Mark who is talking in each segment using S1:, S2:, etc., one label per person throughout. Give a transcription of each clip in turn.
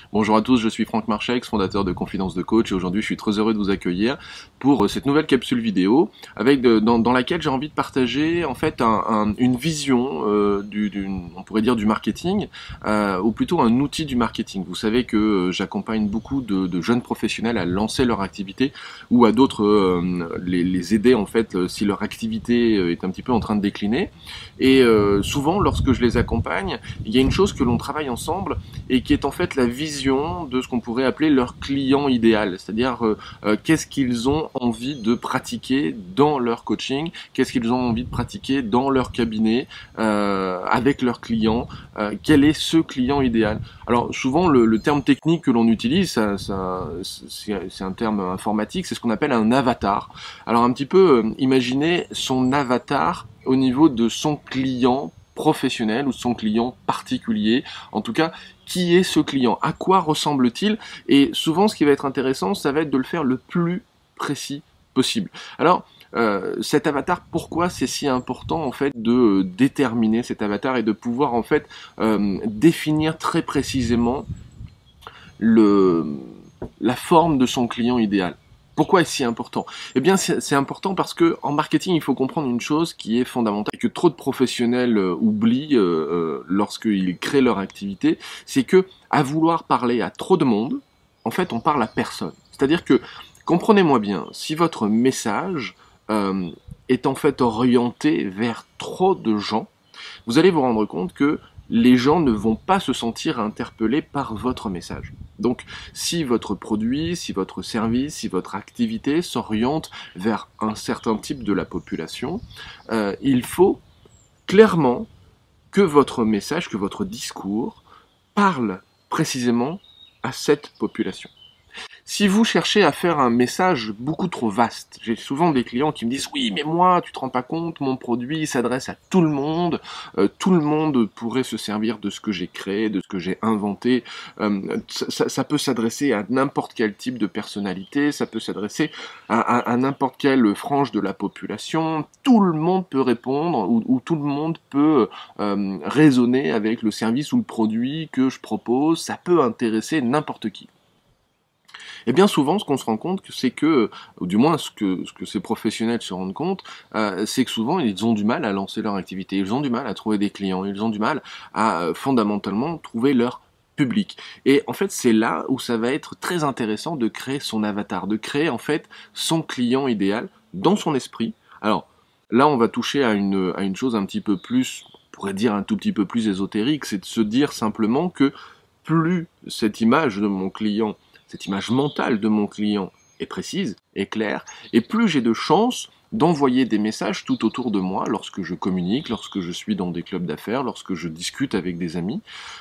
S1: Bonjour à tous, je suis Franck Marchex, fondateur de Confidence de Coach, et aujourd'hui je suis très heureux de vous accueillir pour cette nouvelle capsule vidéo dans laquelle j'ai envie de partager en fait une vision on pourrait dire du marketing, ou plutôt un outil du marketing. Vous savez que j'accompagne beaucoup de jeunes professionnels à lancer leur activité ou à d'autres les aider en fait si leur activité est un petit peu en train de décliner. Et souvent lorsque je les accompagne, il y a une chose que l'on travaille ensemble et qui est en fait la vision de ce qu'on pourrait appeler leur client idéal, c'est-à-dire qu'est-ce qu'ils ont envie de pratiquer dans leur coaching, qu'est-ce qu'ils ont envie de pratiquer dans leur cabinet, avec leurs clients, quel est ce client idéal. Alors souvent le terme technique que l'on utilise, c'est un terme informatique, c'est ce qu'on appelle un avatar. Alors un petit peu, imaginez son avatar au niveau de son client professionnel ou de son client particulier. En tout cas, qui est ce client? À quoi ressemble-t-il? Et souvent, ce qui va être intéressant, ça va être de le faire le plus précis possible. Alors, cet avatar, pourquoi c'est si important en fait de déterminer cet avatar et de pouvoir en fait définir très précisément la forme de son client idéal? Pourquoi est-ce si important? Eh bien, c'est important parce que en marketing, il faut comprendre une chose qui est fondamentale et que trop de professionnels oublient lorsqu'ils créent leur activité, c'est que à vouloir parler à trop de monde, en fait, on parle à personne. C'est-à-dire que, comprenez-moi bien, si votre message est en fait orienté vers trop de gens, vous allez vous rendre compte que les gens ne vont pas se sentir interpellés par votre message. Donc, si votre produit, si votre service, si votre activité s'oriente vers un certain type de la population, il faut clairement que votre message, que votre discours parle précisément à cette population. Si vous cherchez à faire un message beaucoup trop vaste, j'ai souvent des clients qui me disent « Oui, mais moi, tu te rends pas compte, mon produit s'adresse à tout le monde pourrait se servir de ce que j'ai créé, de ce que j'ai inventé, ça peut s'adresser à n'importe quel type de personnalité, ça peut s'adresser à n'importe quelle frange de la population, tout le monde peut répondre ou tout le monde peut raisonner avec le service ou le produit que je propose, ça peut intéresser n'importe qui. » Et bien souvent, ce qu'on se rend compte, c'est que, ou du moins ce que ces professionnels se rendent compte, c'est que souvent ils ont du mal à lancer leur activité, ils ont du mal à trouver des clients, ils ont du mal à fondamentalement trouver leur public. Et en fait, c'est là où ça va être très intéressant de créer son avatar, de créer en fait son client idéal dans son esprit. Alors là, on va toucher à une chose un petit peu plus, on pourrait dire un tout petit peu plus ésotérique, c'est de se dire simplement que plus cette image de mon client, cette image mentale de mon client est précise, est claire, et plus j'ai de chances d'envoyer des messages tout autour de moi lorsque je communique, lorsque je suis dans des clubs d'affaires, lorsque je discute avec des amis,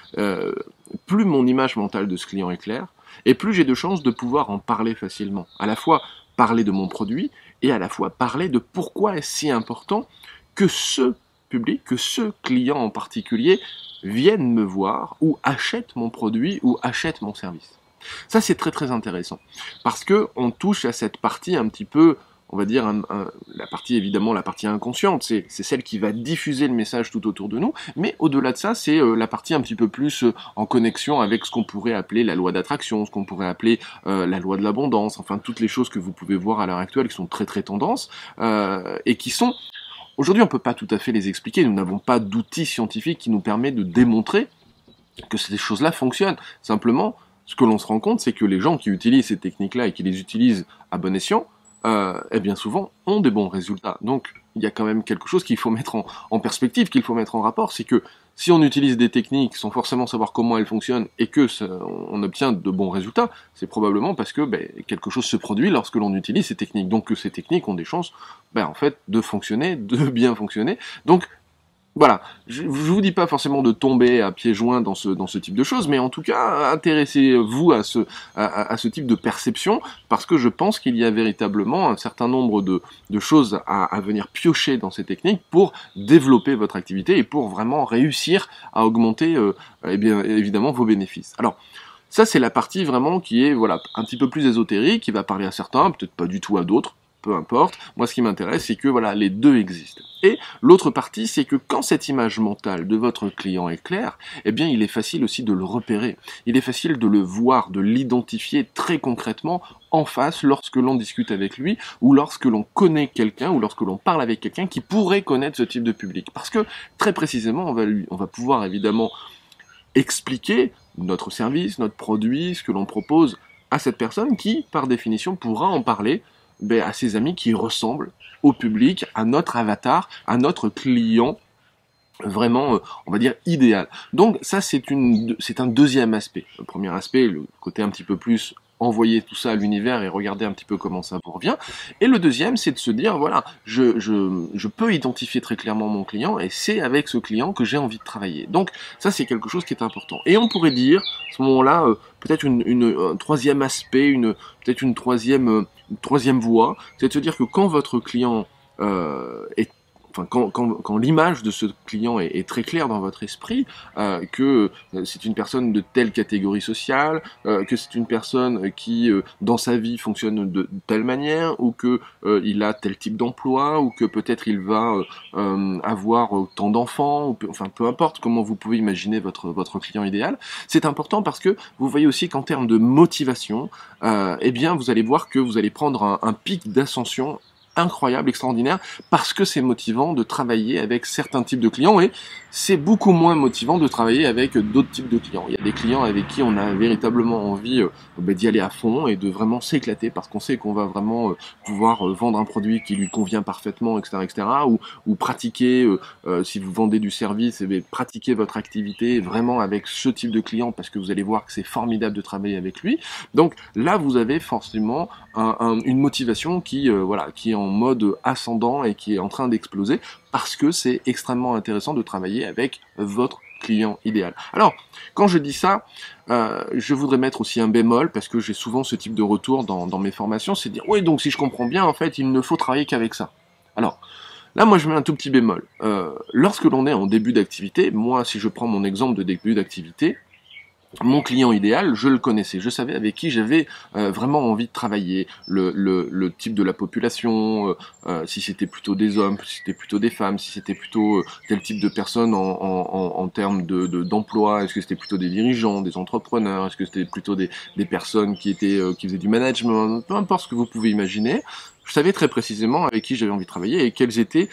S1: plus mon image mentale de ce client est claire, et plus j'ai de chances de pouvoir en parler facilement. À la fois parler de mon produit, et à la fois parler de pourquoi est-ce si important que ce public, que ce client en particulier vienne me voir, ou achète mon produit, ou achète mon service. Ça, c'est très très intéressant, parce que on touche à cette partie un petit peu, on va dire, la partie évidemment, la partie inconsciente, c'est celle qui va diffuser le message tout autour de nous, mais au-delà de ça, c'est la partie un petit peu plus en connexion avec ce qu'on pourrait appeler la loi d'attraction, ce qu'on pourrait appeler la loi de l'abondance, enfin toutes les choses que vous pouvez voir à l'heure actuelle qui sont très très tendances, et qui sont... Aujourd'hui, on peut pas tout à fait les expliquer, nous n'avons pas d'outils scientifiques qui nous permettent de démontrer que ces choses-là fonctionnent. Simplement, ce que l'on se rend compte, c'est que les gens qui utilisent ces techniques-là et qui les utilisent à bon escient, eh bien souvent ont des bons résultats. Donc il y a quand même quelque chose qu'il faut mettre en perspective, qu'il faut mettre en rapport, c'est que si on utilise des techniques sans forcément savoir comment elles fonctionnent et que on obtient de bons résultats, c'est probablement parce que quelque chose se produit lorsque l'on utilise ces techniques. Donc que ces techniques ont des chances en fait de fonctionner, de bien fonctionner. Donc voilà, je vous dis pas forcément de tomber à pieds joints dans ce type de choses, mais en tout cas, intéressez-vous à ce type de perception, parce que je pense qu'il y a véritablement un certain nombre de choses à venir piocher dans ces techniques pour développer votre activité et pour vraiment réussir à augmenter, eh bien, évidemment, vos bénéfices. Alors, ça, c'est la partie vraiment qui est, voilà, un petit peu plus ésotérique, qui va parler à certains, peut-être pas du tout à d'autres. peu importe. Moi, ce qui m'intéresse, c'est que voilà, les deux existent. Et l'autre partie, c'est que quand cette image mentale de votre client est claire, eh bien, il est facile aussi de le repérer. Il est facile de le voir, de l'identifier très concrètement en face lorsque l'on discute avec lui ou lorsque l'on connaît quelqu'un ou lorsque l'on parle avec quelqu'un qui pourrait connaître ce type de public. Parce que très précisément, on va pouvoir évidemment expliquer notre service, notre produit, ce que l'on propose à cette personne qui, par définition, pourra en parler à ses amis qui ressemblent au public, à notre avatar, à notre client vraiment, on va dire, idéal. Donc ça, c'est un deuxième aspect. Le premier aspect, le côté un petit peu plus envoyer tout ça à l'univers et regarder un petit peu comment ça vous revient. Et le deuxième, c'est de se dire, voilà, je peux identifier très clairement mon client et c'est avec ce client que j'ai envie de travailler. Donc ça, c'est quelque chose qui est important. Et on pourrait dire, à ce moment-là, peut-être un troisième aspect, peut-être une troisième voie, c'est de se dire que quand votre client quand l'image de ce client est très claire dans votre esprit, que c'est une personne de telle catégorie sociale, que c'est une personne qui, dans sa vie, fonctionne de telle manière, ou que il a tel type d'emploi, ou que peut-être il va avoir tant d'enfants, enfin peu importe comment vous pouvez imaginer votre client idéal, c'est important parce que vous voyez aussi qu'en termes de motivation, eh bien vous allez voir que vous allez prendre un pic d'ascension incroyable, extraordinaire, parce que c'est motivant de travailler avec certains types de clients et c'est beaucoup moins motivant de travailler avec d'autres types de clients. Il y a des clients avec qui on a véritablement envie d'y aller à fond et de vraiment s'éclater parce qu'on sait qu'on va vraiment pouvoir vendre un produit qui lui convient parfaitement, etc., etc., ou pratiquer, si vous vendez du service, pratiquer votre activité vraiment avec ce type de client parce que vous allez voir que c'est formidable de travailler avec lui. Donc là, vous avez forcément une motivation qui est en mode ascendant et qui est en train d'exploser parce que c'est extrêmement intéressant de travailler avec votre client idéal. Alors, quand je dis ça, je voudrais mettre aussi un bémol parce que j'ai souvent ce type de retour dans mes formations, c'est de dire oui, donc si je comprends bien, en fait, il ne faut travailler qu'avec ça. Alors, là, moi, je mets un tout petit bémol. Lorsque l'on est en début d'activité, moi, si je prends mon exemple de début d'activité, mon client idéal, je le connaissais, je savais avec qui j'avais vraiment envie de travailler, le type de la population, si c'était plutôt des hommes, si c'était plutôt des femmes, si c'était plutôt quel type de personnes en termes d'emploi, est-ce que c'était plutôt des dirigeants, des entrepreneurs, est-ce que c'était plutôt des personnes qui faisaient du management, peu importe ce que vous pouvez imaginer, je savais très précisément avec qui j'avais envie de travailler et quels étaient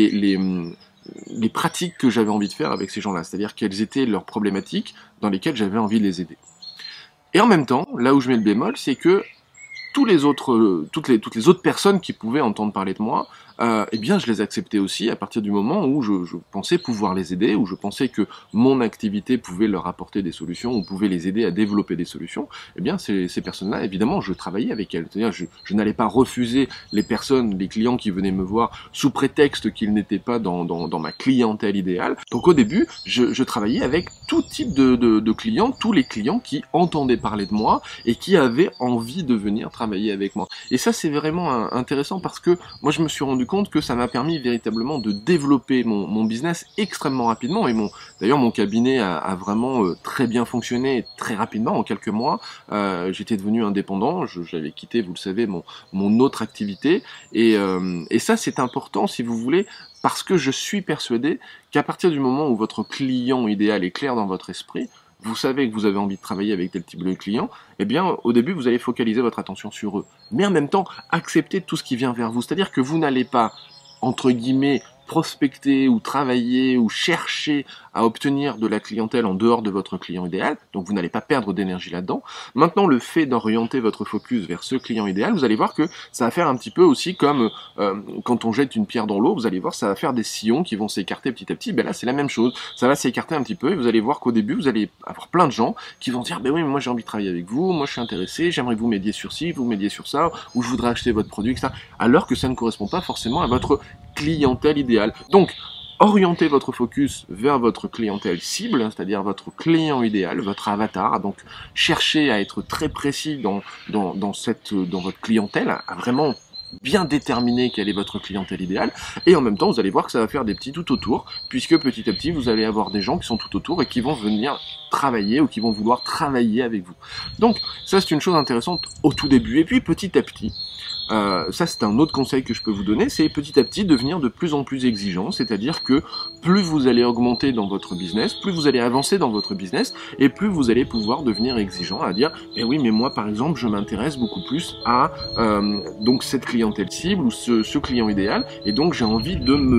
S1: les pratiques que j'avais envie de faire avec ces gens-là, c'est-à-dire quelles étaient leurs problématiques dans lesquelles j'avais envie de les aider. Et en même temps, là où je mets le bémol, c'est que toutes les autres personnes qui pouvaient entendre parler de moi, eh bien, je les acceptais aussi à partir du moment où je pensais pouvoir les aider, où je pensais que mon activité pouvait leur apporter des solutions, ou pouvait les aider à développer des solutions. Eh bien, ces personnes-là, évidemment, je travaillais avec elles. C'est-à-dire, je n'allais pas refuser les clients qui venaient me voir sous prétexte qu'ils n'étaient pas dans ma clientèle idéale. Donc, au début, je travaillais avec tout type de clients, tous les clients qui entendaient parler de moi et qui avaient envie de venir travailler avec moi. Et ça, c'est vraiment intéressant parce que moi, je me suis rendu compte que ça m'a permis véritablement de développer mon business extrêmement rapidement. Et d'ailleurs, mon cabinet a vraiment très bien fonctionné très rapidement, en quelques mois. J'étais devenu indépendant, j'avais quitté, vous le savez, mon autre activité. Et ça, c'est important, si vous voulez, parce que je suis persuadé qu'à partir du moment où votre client idéal est clair dans votre esprit, vous savez que vous avez envie de travailler avec tel type de client, eh bien, au début, vous allez focaliser votre attention sur eux. Mais en même temps, accepter tout ce qui vient vers vous. C'est-à-dire que vous n'allez pas, entre guillemets, prospecter ou travailler ou chercher à obtenir de la clientèle en dehors de votre client idéal, donc vous n'allez pas perdre d'énergie là-dedans. Maintenant, le fait d'orienter votre focus vers ce client idéal, vous allez voir que ça va faire un petit peu aussi comme quand on jette une pierre dans l'eau, vous allez voir ça va faire des sillons qui vont s'écarter petit à petit. Ben là, c'est la même chose, ça va s'écarter un petit peu et vous allez voir qu'au début, vous allez avoir plein de gens qui vont dire, ben oui, mais moi j'ai envie de travailler avec vous, moi je suis intéressé, j'aimerais que vous m'aidiez sur ci, vous m'aidiez sur ça, ou je voudrais acheter votre produit, etc. Alors que ça ne correspond pas forcément à votre clientèle idéale. Donc, orientez votre focus vers votre clientèle cible, c'est-à-dire votre client idéal, votre avatar. Donc, cherchez à être très précis dans votre clientèle, à vraiment bien déterminer quelle est votre clientèle idéale, et en même temps, vous allez voir que ça va faire des petits tout autour, puisque petit à petit, vous allez avoir des gens qui sont tout autour et qui vont venir travailler ou qui vont vouloir travailler avec vous. Donc, ça, c'est une chose intéressante au tout début. Et puis, petit à petit, ça c'est un autre conseil que je peux vous donner, c'est petit à petit devenir de plus en plus exigeant, c'est-à-dire que plus vous allez augmenter dans votre business, plus vous allez avancer dans votre business, et plus vous allez pouvoir devenir exigeant à dire, mais oui, mais moi par exemple, je m'intéresse beaucoup plus à donc cette clientèle cible ou ce client idéal, et donc j'ai envie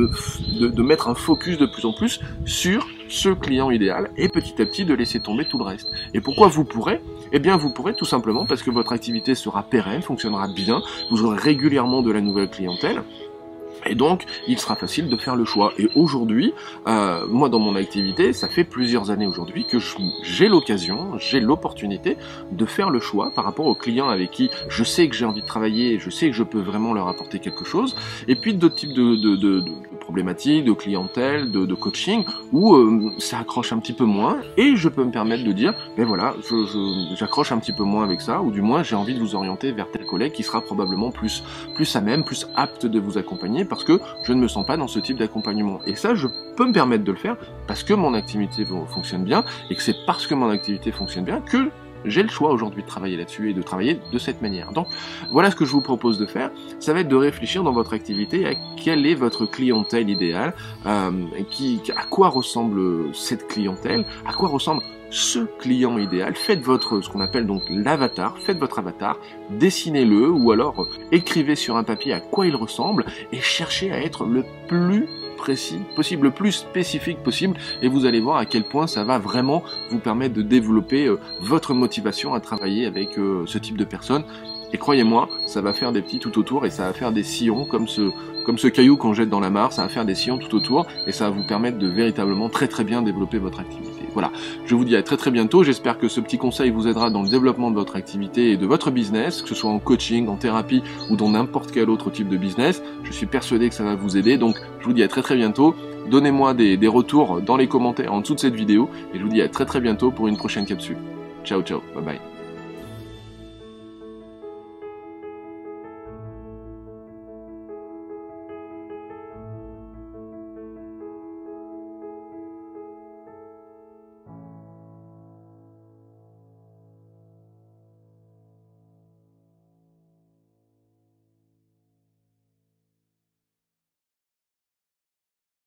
S1: de mettre un focus de plus en plus sur ce client idéal, et petit à petit de laisser tomber tout le reste. Et pourquoi vous pourrez? Eh bien vous pourrez tout simplement parce que votre activité sera pérenne, fonctionnera bien, vous aurez régulièrement de la nouvelle clientèle, et donc, il sera facile de faire le choix. Et aujourd'hui, moi dans mon activité, ça fait plusieurs années aujourd'hui que j'ai l'occasion, j'ai l'opportunité de faire le choix par rapport aux clients avec qui je sais que j'ai envie de travailler, je sais que je peux vraiment leur apporter quelque chose, et puis d'autres types de problématiques, de clientèle, de coaching, où ça accroche un petit peu moins, et je peux me permettre de dire, ben voilà, j'accroche un petit peu moins avec ça, ou du moins j'ai envie de vous orienter vers tel collègue qui sera probablement plus à même, plus apte de vous accompagner, parce que je ne me sens pas dans ce type d'accompagnement. Et ça, je peux me permettre de le faire parce que mon activité fonctionne bien, et que c'est parce que mon activité fonctionne bien que j'ai le choix aujourd'hui de travailler là-dessus et de travailler de cette manière. Donc voilà ce que je vous propose de faire, ça va être de réfléchir dans votre activité à quelle est votre clientèle idéale, à quoi ressemble cette clientèle, à quoi ressemble ce client idéal. Faites ce qu'on appelle donc l'avatar, faites votre avatar, dessinez-le ou alors écrivez sur un papier à quoi il ressemble et cherchez à être le plus précis possible, le plus spécifique possible, et vous allez voir à quel point ça va vraiment vous permettre de développer votre motivation à travailler avec ce type de personnes. Et croyez-moi, ça va faire des petits tout autour, et ça va faire des sillons comme ce caillou qu'on jette dans la mare, ça va faire des sillons tout autour, et ça va vous permettre de véritablement très bien développer votre activité. Voilà, je vous dis à très bientôt, j'espère que ce petit conseil vous aidera dans le développement de votre activité et de votre business, que ce soit en coaching, en thérapie ou dans n'importe quel autre type de business. Je suis persuadé que ça va vous aider, donc je vous dis à très bientôt. Donnez-moi des retours dans les commentaires en dessous de cette vidéo, et je vous dis à très bientôt pour une prochaine capsule. Ciao, bye bye.